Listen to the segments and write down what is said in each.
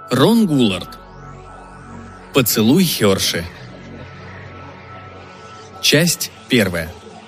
Рон Гулард. Поцелуй Херши. Часть 1.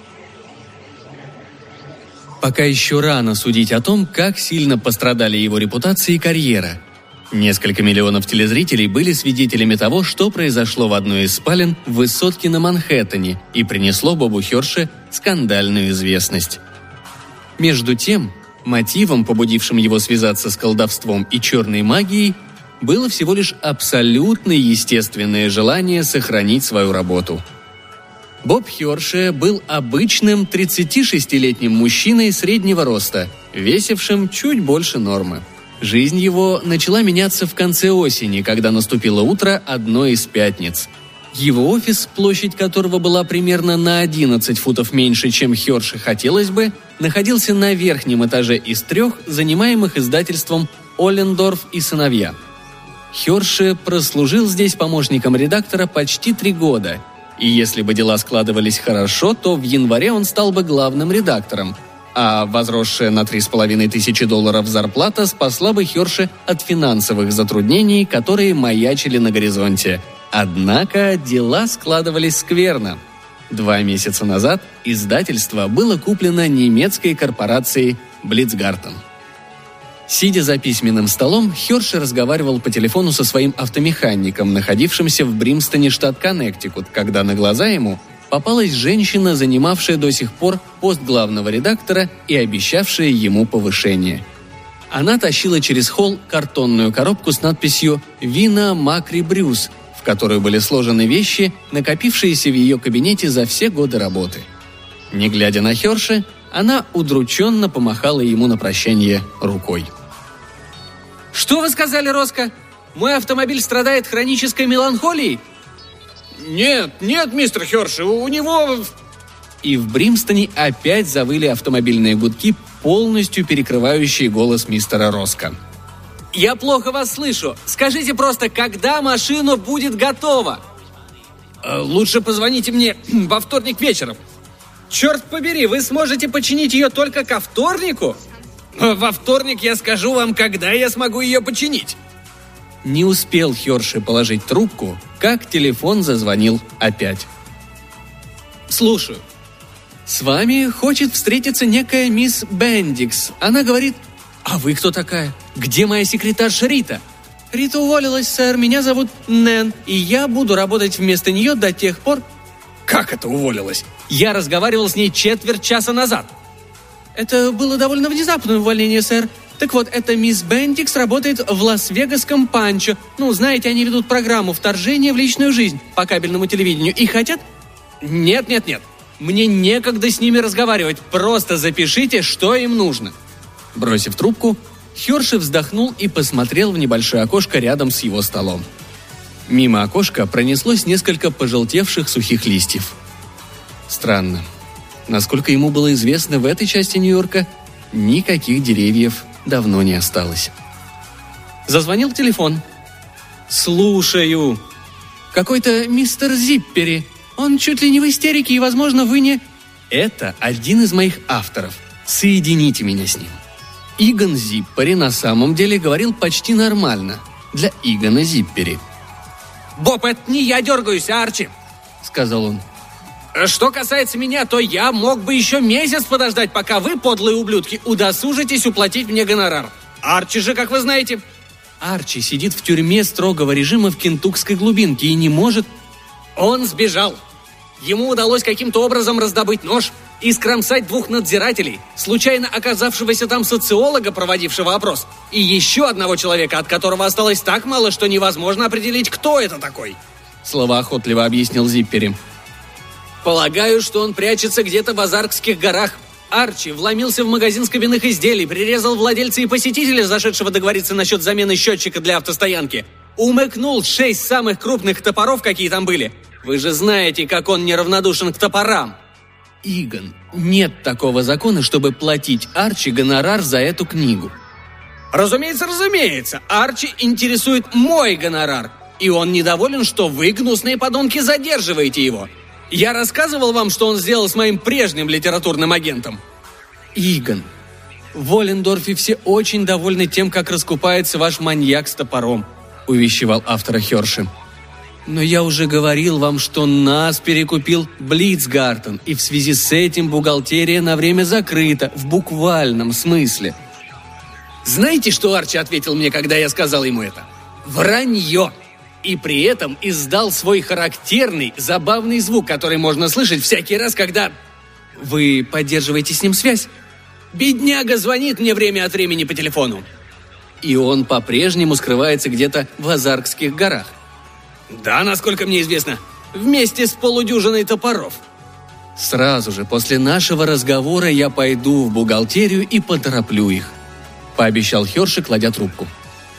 Пока еще рано судить о том, как сильно пострадали его репутация и карьера. Несколько миллионов телезрителей были свидетелями того, что произошло в одной из спален в высотке на Манхэттене и принесло Бобу Херши скандальную известность. Между тем, мотивом, побудившим его связаться с колдовством и черной магией, было всего лишь абсолютно естественное желание сохранить свою работу. Боб Херши был обычным 36-летним мужчиной среднего роста, весившим чуть больше нормы. Жизнь его начала меняться в конце осени, когда наступило утро одной из пятниц. Его офис, площадь которого была примерно на 11 футов меньше, чем Херши хотелось бы, находился на верхнем этаже из 3, занимаемых издательством «Оллендорф и сыновья». Херши прослужил здесь помощником редактора почти 3 года, и если бы дела складывались хорошо, то в январе он стал бы главным редактором, а возросшая на $3500 зарплата спасла бы Херши от финансовых затруднений, которые маячили на горизонте. Однако дела складывались скверно. 2 месяца назад издательство было куплено немецкой корпорацией Блицгартен. Сидя за письменным столом, Херши разговаривал по телефону со своим автомехаником, находившимся в Бримстоне, штат Коннектикут, когда на глаза ему попалась женщина, занимавшая до сих пор пост главного редактора и обещавшая ему повышение. Она тащила через холл картонную коробку с надписью «Вина Макри Брюс», в которую были сложены вещи, накопившиеся в ее кабинете за все годы работы. Не глядя на Херши, она удрученно помахала ему на прощание рукой. «Что вы сказали, Роско? Мой автомобиль страдает хронической меланхолией?» Нет, мистер Херши, у него... И в Бримстоне опять завыли автомобильные гудки, полностью перекрывающие голос мистера Роско. «Я плохо вас слышу. Скажите просто, когда машина будет готова?» Лучше позвоните мне во вторник вечером. Черт побери, вы сможете починить ее только ко вторнику? Во вторник я скажу вам, когда я смогу ее починить. Не успел Херши положить трубку, как телефон зазвонил опять. «Слушаю». «С вами хочет встретиться некая мисс Бендикс. Она говорит...» «А вы кто такая? Где моя секретарша Рита?» «Рита уволилась, сэр. Меня зовут Нэн, и я буду работать вместо нее до тех пор...» «Как это уволилась?» «Я разговаривал с ней четверть часа назад». «Это было довольно внезапное увольнение, сэр. Так вот, эта мисс Бендикс работает в Лас-Вегасском Панчо. Ну, знаете, они ведут программу «Вторжение в личную жизнь» по кабельному телевидению и хотят...» Нет. Мне некогда с ними разговаривать. Просто запишите, что им нужно». Бросив трубку, Херши вздохнул и посмотрел в небольшое окошко рядом с его столом. Мимо окошка пронеслось несколько пожелтевших сухих листьев. Странно. Насколько ему было известно, в этой части Нью-Йорка никаких деревьев давно не осталось. Зазвонил телефон. «Слушаю». «Какой-то мистер Зиппери. Он чуть ли не в истерике, и, возможно, вы не...» «Это один из моих авторов. Соедините меня с ним». Игон Зиппери на самом деле говорил почти нормально. Для Игона Зиппери. «Боб, это не я дергаюсь, а Арчи», — сказал он. «Что касается меня, то я мог бы еще месяц подождать, пока вы, подлые ублюдки, удосужитесь уплатить мне гонорар. Арчи же, как вы знаете...» «Арчи сидит в тюрьме строгого режима в кентукской глубинке и не может...» «Он сбежал. Ему удалось каким-то образом раздобыть нож и скромсать 2 надзирателей, случайно оказавшегося там социолога, проводившего опрос, и еще одного человека, от которого осталось так мало, что невозможно определить, кто это такой», — словоохотливо объяснил Зиппери. «Полагаю, что он прячется где-то в Озаркских горах. Арчи вломился в магазин с кабинных изделий, прирезал владельца и посетителя, зашедшего договориться насчет замены счетчика для автостоянки. Умыкнул 6 самых крупных топоров, какие там были. Вы же знаете, как он неравнодушен к топорам». «Игон, нет такого закона, чтобы платить Арчи гонорар за эту книгу». «Разумеется. Арчи интересует мой гонорар. И он недоволен, что вы, гнусные подонки, задерживаете его. Я рассказывал вам, что он сделал с моим прежним литературным агентом?» «Игон, в Оллендорфе все очень довольны тем, как раскупается ваш маньяк с топором. – увещевал автора Херши. «Но я уже говорил вам, что нас перекупил Блицгартен, и в связи с этим бухгалтерия на время закрыта, в буквальном смысле». Знаете, что Арчи ответил мне, когда я сказал ему это? Вранье! И при этом издал свой характерный, забавный звук, который можно слышать всякий раз, когда... Вы поддерживаете с ним связь? Бедняга звонит мне время от времени по телефону. И он по-прежнему скрывается где-то в Озаркских горах. Да, насколько мне известно, вместе с полудюжиной топоров. Сразу же после нашего разговора я пойду в бухгалтерию и потороплю их, пообещал Херши, кладя трубку.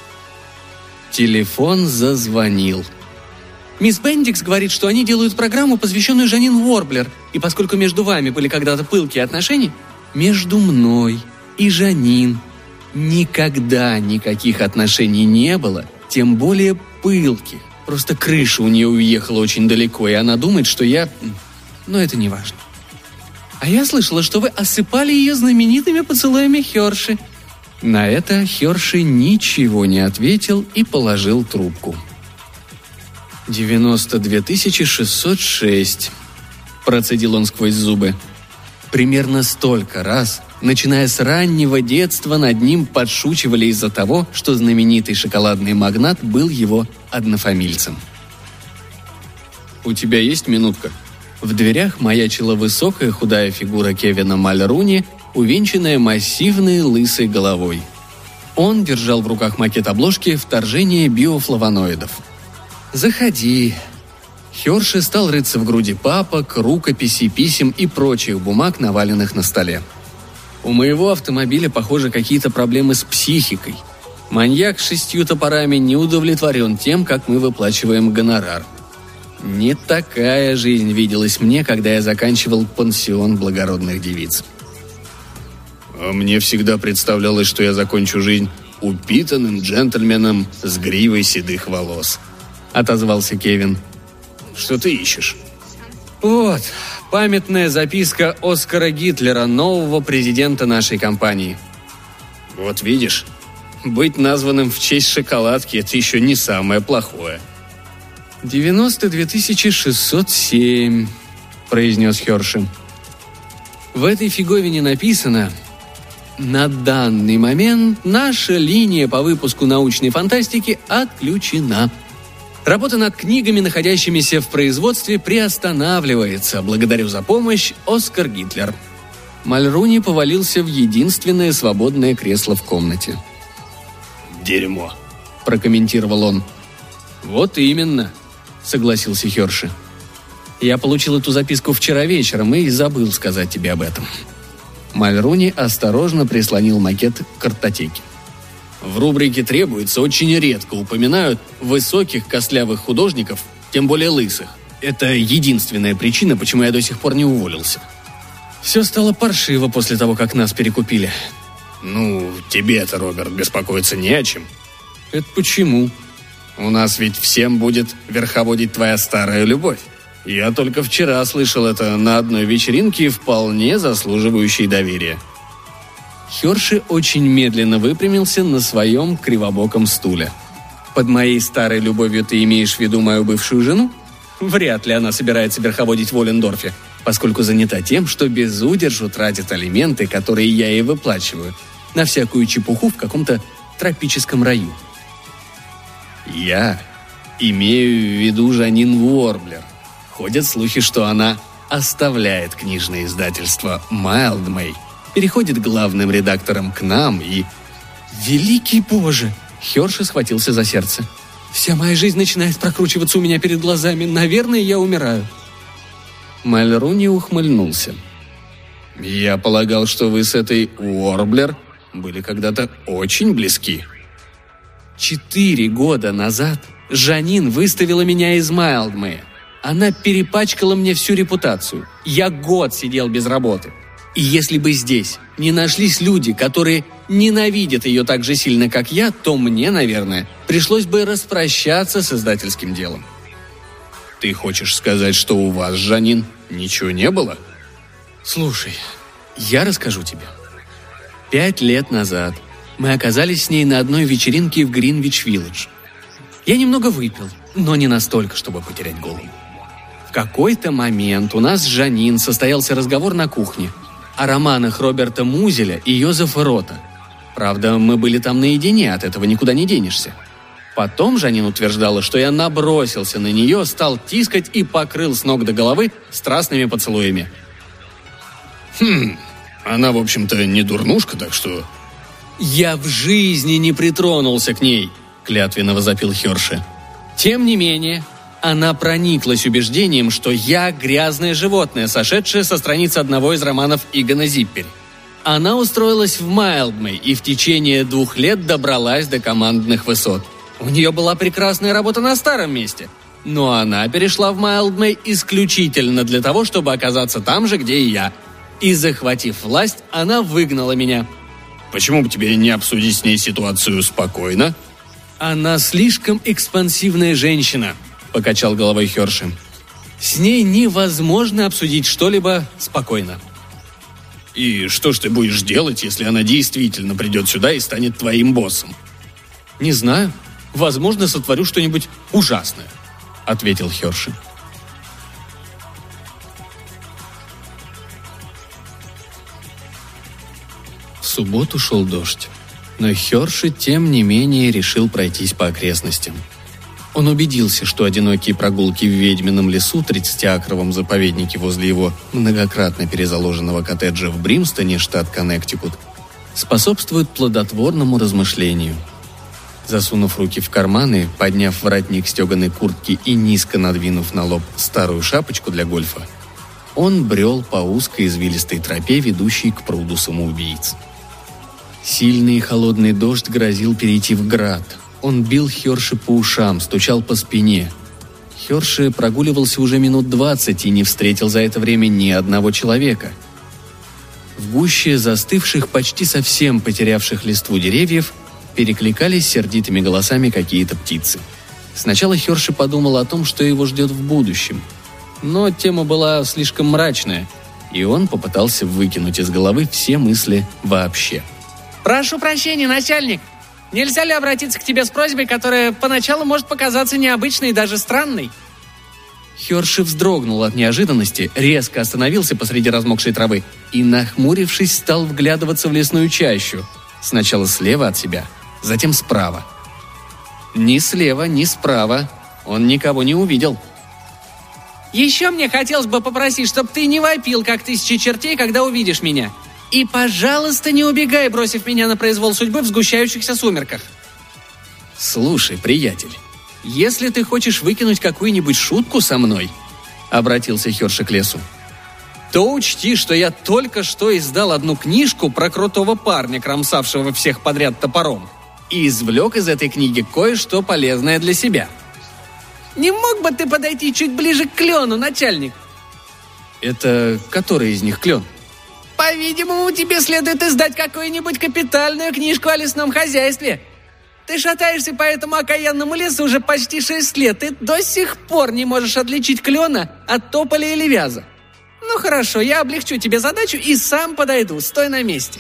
Телефон зазвонил. «Мисс Бендикс говорит, что они делают программу, посвященную Жанин Ворблер, и поскольку между вами были когда-то пылкие отношения, между мной и Жанин никогда никаких отношений не было, тем более пылких. Просто крыша у нее уехала очень далеко, и она думает, что я... Но это не важно. А я слышала, что вы осыпали ее знаменитыми поцелуями Херши». На это Херши ничего не ответил и положил трубку. 92 606, процедил он сквозь зубы. Примерно столько раз, начиная с раннего детства, над ним подшучивали из-за того, что знаменитый шоколадный магнат был его однофамильцем. «У тебя есть минутка?» В дверях маячила высокая худая фигура Кевина Мальруни, увенчанная массивной лысой головой. Он держал в руках макет обложки «Вторжение биофлавоноидов». «Заходи». Херши стал рыться в груди папок, рукописей, писем и прочих бумаг, наваленных на столе. «У моего автомобиля, похоже, какие-то проблемы с психикой. Маньяк с 6 топорами не удовлетворен тем, как мы выплачиваем гонорар. Не такая жизнь виделась мне, когда я заканчивал пансион благородных девиц». «А мне всегда представлялось, что я закончу жизнь упитанным джентльменом с гривой седых волос», — отозвался Кевин. «Что ты ищешь?» «Вот, памятная записка Оскара Гитлера, нового президента нашей компании». «Вот видишь, быть названным в честь шоколадки — это еще не самое плохое». 92 607, произнес Херши. В этой фиговине написано: на данный момент наша линия по выпуску научной фантастики отключена. Работа над книгами, находящимися в производстве, приостанавливается. Благодарю за помощь, Оскар Гитлер. Мальруни повалился в единственное свободное кресло в комнате. «Дерьмо», – прокомментировал он. «Вот именно», – согласился Херши. «Я получил эту записку вчера вечером и забыл сказать тебе об этом». Мальруни осторожно прислонил макет к картотеке. «В рубрике «Требуется» очень редко упоминают высоких костлявых художников, тем более лысых. Это единственная причина, почему я до сих пор не уволился». «Все стало паршиво после того, как нас перекупили». «Ну, тебе-то, Роберт, беспокоиться не о чем». «Это почему?» «У нас ведь всем будет верховодить твоя старая любовь. Я только вчера слышал это на одной вечеринке, вполне заслуживающей доверия». Херши очень медленно выпрямился на своем кривобоком стуле. «Под моей старой любовью ты имеешь в виду мою бывшую жену? Вряд ли она собирается верховодить в Оллендорфе, поскольку занята тем, что без удержу тратит алименты, которые я ей выплачиваю, на всякую чепуху в каком-то тропическом раю». «Я имею в виду Жанин Ворблер. Ходят слухи, что она оставляет книжное издательство Майлдмей, переходит главным редактором к нам и...» «Великий Боже!» Херши схватился за сердце. «Вся моя жизнь начинает прокручиваться у меня перед глазами. Наверное, я умираю». Мальруни ухмыльнулся. «Я полагал, что вы с этой Ворблер были когда-то очень близки». 4 года назад Жанин выставила меня из Майлдмея. Она перепачкала мне всю репутацию. Я год сидел без работы. И если бы здесь не нашлись люди, которые ненавидят ее так же сильно, как я, то мне, наверное, пришлось бы распрощаться с издательским делом». «Ты хочешь сказать, что у вас, Жанин, ничего не было?» «Слушай, я расскажу тебе. 5 лет назад мы оказались с ней на одной вечеринке в Гринвич-Виллидж. Я немного выпил, но не настолько, чтобы потерять голову. В какой-то момент у нас с Жанин состоялся разговор на кухне о романах Роберта Музеля и Йозефа Рота. Правда, мы были там наедине, от этого никуда не денешься. Потом Жанин утверждала, что я набросился на нее, стал тискать и покрыл с ног до головы страстными поцелуями. Она, в общем-то, не дурнушка, так что... «Я в жизни не притронулся к ней», — клятвенно возопил Херши. Тем не менее, она прониклась убеждением, что я грязное животное, сошедшее со страниц одного из романов Игона Зиппери. Она устроилась в Майлдмей и в течение 2 лет добралась до командных высот. У нее была прекрасная работа на старом месте, но она перешла в Майлдмей исключительно для того, чтобы оказаться там же, где и я. И, захватив власть, она выгнала меня. Почему бы тебе не обсудить с ней ситуацию спокойно? Она слишком экспансивная женщина, покачал головой Херши. С ней невозможно обсудить что-либо спокойно. И что ж ты будешь делать, если она действительно придет сюда и станет твоим боссом? Не знаю. Возможно, сотворю что-нибудь ужасное, ответил Херши. В субботу шел дождь, но Херши, тем не менее, решил пройтись по окрестностям. Он убедился, что одинокие прогулки в Ведьмином лесу, 30-акровом заповеднике возле его многократно перезаложенного коттеджа в Бримстоне, штат Коннектикут, способствуют плодотворному размышлению. Засунув руки в карманы, подняв воротник стеганой куртки и низко надвинув на лоб старую шапочку для гольфа, он брел по узкой извилистой тропе, ведущей к пруду самоубийц. Сильный и холодный дождь грозил перейти в град. Он бил Херши по ушам, стучал по спине. Херши прогуливался уже минут 20 и не встретил за это время ни одного человека. В гуще застывших, почти совсем потерявших листву деревьев перекликались сердитыми голосами какие-то птицы. Сначала Херши подумал о том, что его ждет в будущем. Но тема была слишком мрачная, и он попытался выкинуть из головы все мысли вообще. «Прошу прощения, начальник. Нельзя ли обратиться к тебе с просьбой, которая поначалу может показаться необычной и даже странной?» Херши вздрогнул от неожиданности, резко остановился посреди размокшей травы и, нахмурившись, стал вглядываться в лесную чащу. Сначала слева от себя, затем справа. Ни слева, ни справа он никого не увидел. «Еще мне хотелось бы попросить, чтобы ты не вопил, как 1000 чертей, когда увидишь меня. И, пожалуйста, не убегай, бросив меня на произвол судьбы в сгущающихся сумерках». «Слушай, приятель, если ты хочешь выкинуть какую-нибудь шутку со мной», — обратился Херши к лесу, «то учти, что я только что издал одну книжку про крутого парня, кромсавшего всех подряд топором, и извлек из этой книги кое-что полезное для себя». «Не мог бы ты подойти чуть ближе к клену, начальник?» «Это который из них клен?» «По-видимому, тебе следует издать какую-нибудь капитальную книжку о лесном хозяйстве. Ты шатаешься по этому окаянному лесу уже почти 6 лет, и до сих пор не можешь отличить клена от тополя или вяза. Ну хорошо, я облегчу тебе задачу и сам подойду, стой на месте».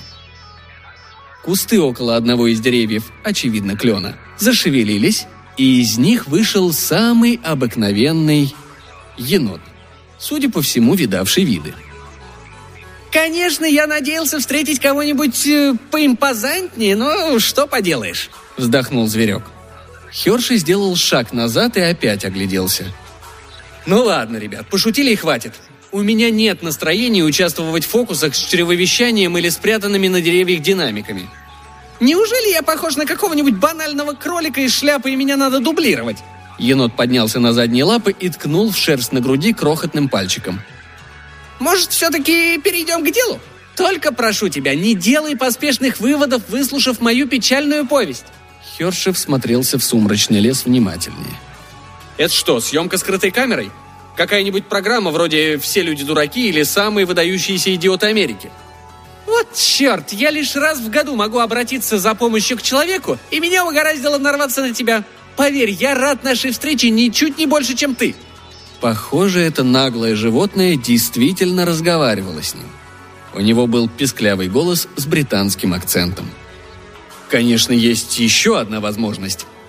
Кусты около одного из деревьев, очевидно клена, зашевелились, и из них вышел самый обыкновенный енот, судя по всему, видавший виды. «Конечно, я надеялся встретить кого-нибудь поимпозантнее, но что поделаешь», — вздохнул зверек. Херши сделал шаг назад и опять огляделся. «Ну ладно, ребят, пошутили и хватит. У меня нет настроения участвовать в фокусах с чревовещанием или спрятанными на деревьях динамиками». «Неужели я похож на какого-нибудь банального кролика из шляпы, и меня надо дублировать?» Енот поднялся на задние лапы и ткнул в шерсть на груди крохотным пальчиком. «Может, все-таки перейдем к делу? Только прошу тебя, не делай поспешных выводов, выслушав мою печальную повесть». Херши всмотрелся в сумрачный лес внимательнее. «Это что, съемка скрытой камерой? Какая-нибудь программа вроде «Все люди дураки» или «Самые выдающиеся идиоты Америки»?» «Вот черт, я лишь раз в году могу обратиться за помощью к человеку, и меня угораздило нарваться на тебя. Поверь, я рад нашей встрече ничуть не больше, чем ты». Похоже, это наглое животное действительно разговаривало с ним. У него был писклявый голос с британским акцентом. «Конечно, есть еще одна возможность», —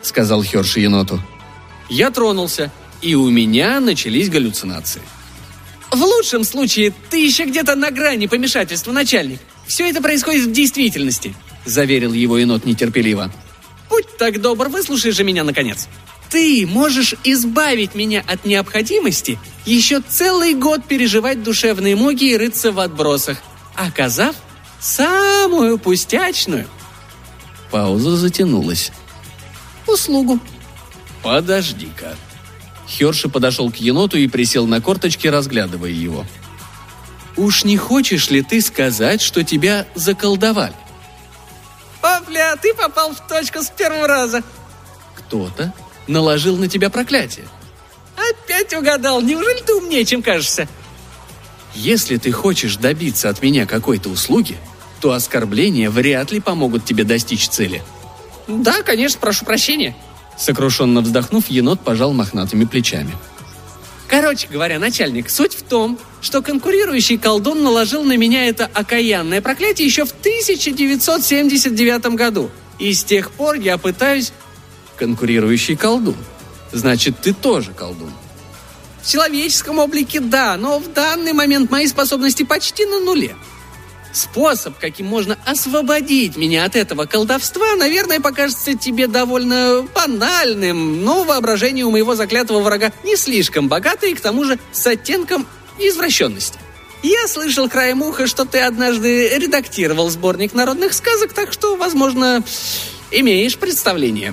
сказал Херши еноту. Я тронулся, и у меня начались галлюцинации. В лучшем случае ты еще где-то на грани помешательства, начальник. Все это происходит в действительности, заверил его енот нетерпеливо. Будь так добр, выслушай же меня наконец. Ты можешь избавить меня от необходимости еще целый год переживать душевные муки и рыться в отбросах, оказав самую пустячную. Пауза затянулась. Услугу. Подожди-ка. Херши подошел к еноту и присел на корточки, разглядывая его. «Уж не хочешь ли ты сказать, что тебя заколдовали?» «Опля, ты попал в точку с первого раза!» «Кто-то наложил на тебя проклятие». «Опять угадал! Неужели ты умнее, чем кажешься?» «Если ты хочешь добиться от меня какой-то услуги, то оскорбления вряд ли помогут тебе достичь цели». «Да, конечно, прошу прощения». Сокрушенно вздохнув, енот пожал мохнатыми плечами. Короче говоря, начальник, суть в том, что конкурирующий колдун наложил на меня это окаянное проклятие еще в 1979 году. И с тех пор я пытаюсь... Конкурирующий колдун. Значит, ты тоже колдун. В человеческом облике да, но в данный момент мои способности почти на нуле. Способ, каким можно освободить меня от этого колдовства, наверное, покажется тебе довольно банальным, но воображение у моего заклятого врага не слишком богатое и к тому же с оттенком извращенности. Я слышал краем уха, что ты однажды редактировал сборник народных сказок, так что, возможно, имеешь представление.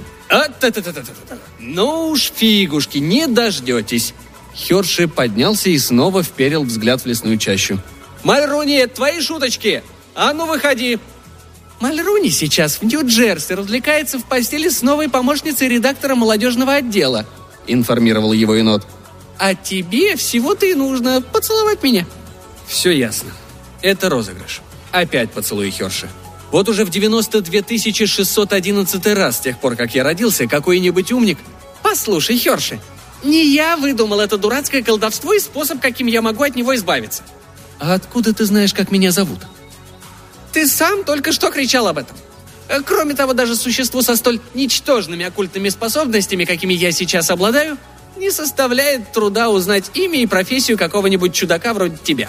Ну уж, фигушки, не дождетесь. Херши поднялся и снова вперил взгляд в лесную чащу. «Мальруни, твои шуточки! А ну, выходи!» Мальруни сейчас в Нью-Джерси развлекается в постели с новой помощницей редактора молодежного отдела, информировал его енот. А тебе всего-то и нужно поцеловать меня. Все ясно. Это розыгрыш. Опять поцелуй Херши. Вот уже в 92 611 раз с тех пор, как я родился, какой-нибудь умник... Послушай, Херши, не я выдумал это дурацкое колдовство и способ, каким я могу от него избавиться. А откуда ты знаешь, как меня зовут? Ты сам только что кричал об этом. Кроме того, даже существу со столь ничтожными оккультными способностями, какими я сейчас обладаю, не составляет труда узнать имя и профессию какого-нибудь чудака вроде тебя.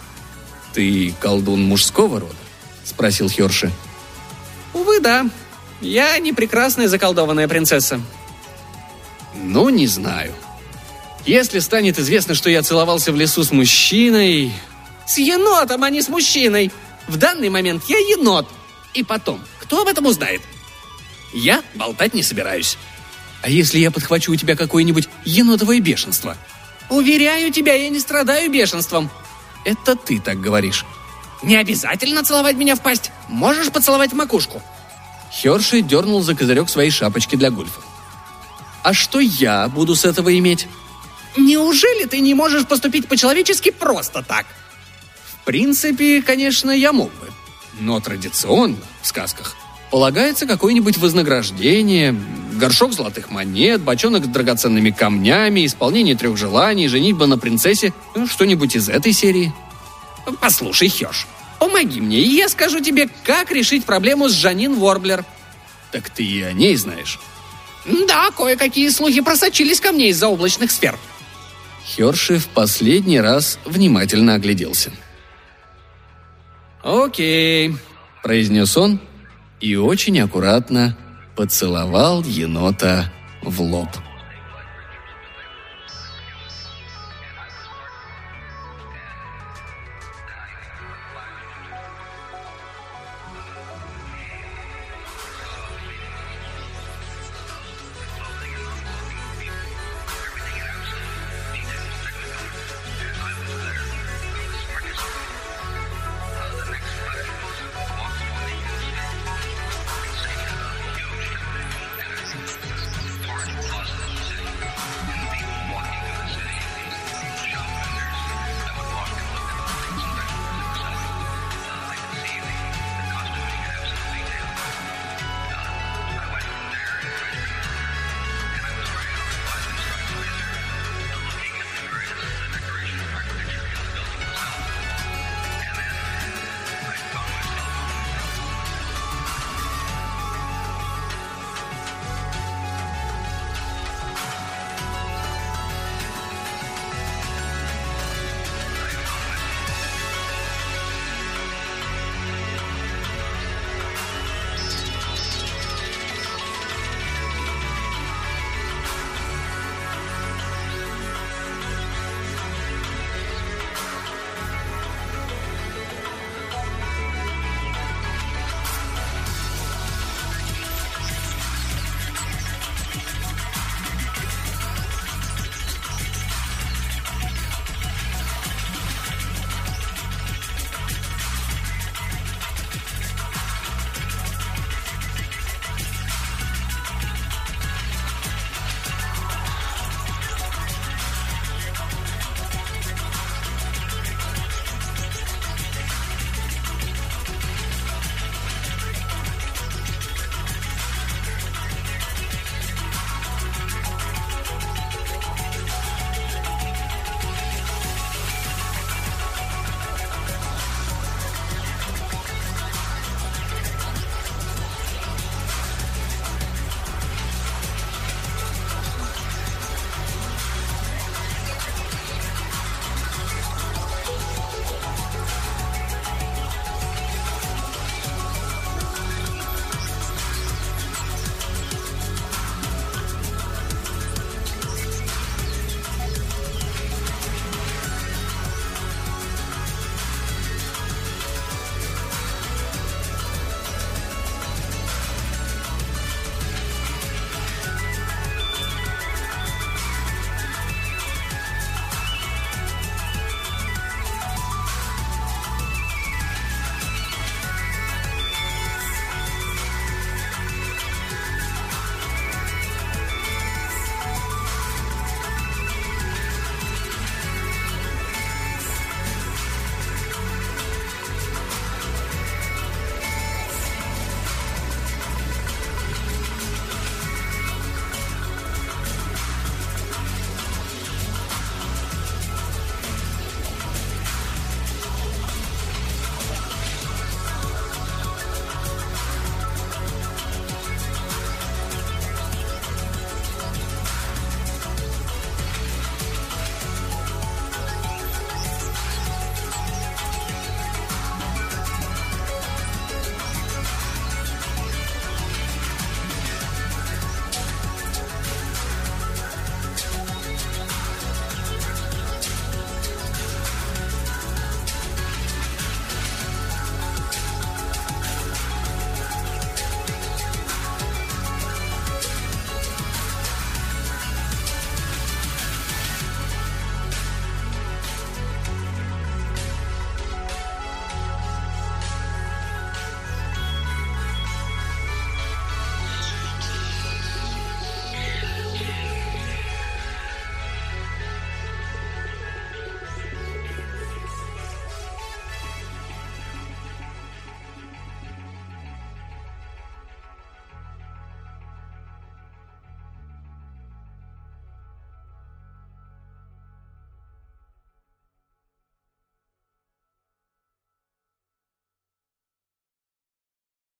Ты колдун мужского рода? Спросил Херши. Увы, да. Я не прекрасная заколдованная принцесса. Ну, не знаю. Если станет известно, что я целовался в лесу с мужчиной... С енотом, а не с мужчиной. В данный момент я енот. И потом, кто об этом узнает? Я болтать не собираюсь. А если я подхвачу у тебя какое-нибудь енотовое бешенство? Уверяю тебя, я не страдаю бешенством. Это ты так говоришь. Не обязательно целовать меня в пасть. Можешь поцеловать в макушку. Херши дернул за козырек своей шапочки для гольфа. А что я буду с этого иметь? Неужели ты не можешь поступить по-человечески просто так? В принципе, конечно, я мог бы. Но традиционно, в сказках, полагается какое-нибудь вознаграждение, горшок золотых монет, бочонок с драгоценными камнями, исполнение 3 желаний, женитьба на принцессе, что-нибудь из этой серии. Послушай, Херш, помоги мне, и я скажу тебе, как решить проблему с Жанин Ворблер. Так ты и о ней знаешь. Да, кое-какие слухи просочились ко мне из-за облачных сфер. Херши в последний раз внимательно огляделся. «Окей», — произнес он и очень аккуратно поцеловал енота в лоб.